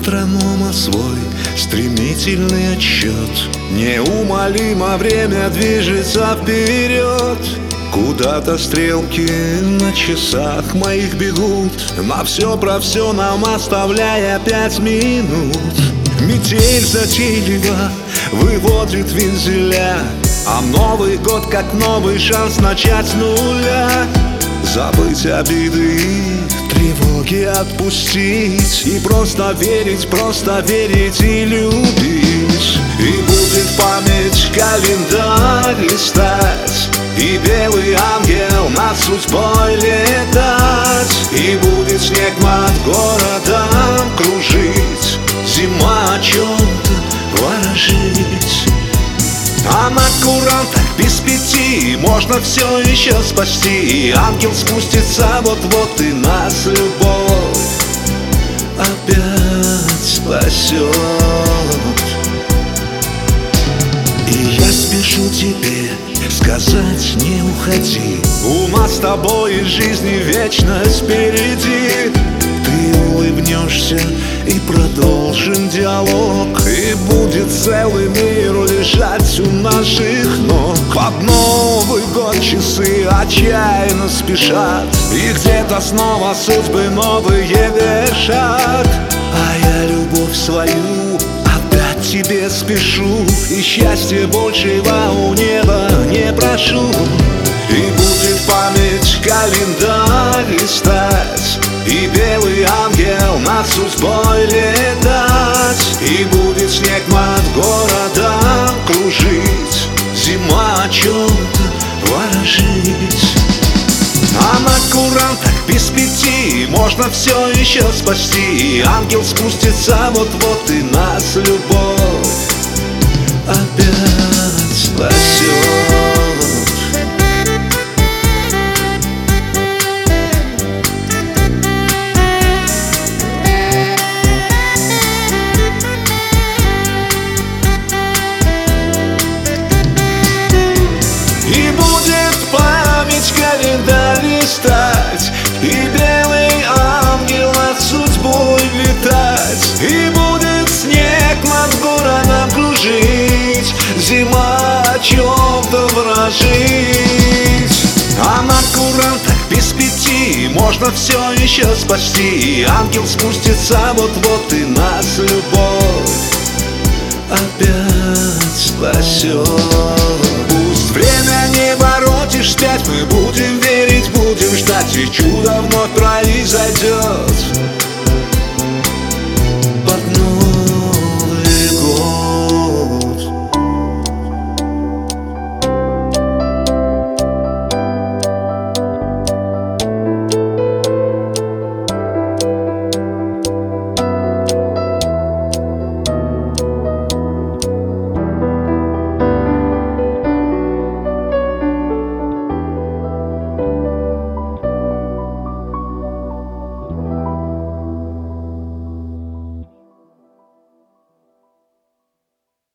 метронома свой стремительный отсчет. Неумолимо время движется вперед. Куда-то стрелки на часах моих бегут, на все про все нам оставляя 5 минут. Метель затейлива выводит вензеля, а Новый год как новый шанс начать с нуля. Забыть обиды и тревоги отпустить, и просто верить и любить. И будет память календарь листать, и белый ангел над судьбой летать. И будет снег над городом кружить, зима о чем-то ворожить. А на курантах без 5 можно все еще спасти. Ангел спустится вот-вот, и нас любовь опять спасет. И я спешу тебе сказать: не уходи. У нас с тобой из жизни вечность впереди. Ты улыбнешься и продолжим диалог, и будет целый мир лежать у наших ног. Под Новый год часы отчаянно спешат, и где-то снова судьбы новые вершат. А я любовь свою отдать тебе спешу, и счастья большего у неба не прошу. И будет память календарь листать, и белый ангел над судьбой летать. И будет снег над городом кружить, зима о чем-то ворожить. А на курантах без 5 можно все еще спасти. Ангел спустится вот-вот, и нас любовь опять спасет. Календарь листать, и белый ангел над судьбой летать. И будет снег над городом кружить, зима о чем-то ворожить. А на курантах без 5 можно все еще спасти. Ангел спустится вот-вот, и нас любовь опять спасет. Пусть время не воротишь вспять, мы будем верить, будем ждать, и чудо вновь произойдет под Новый год.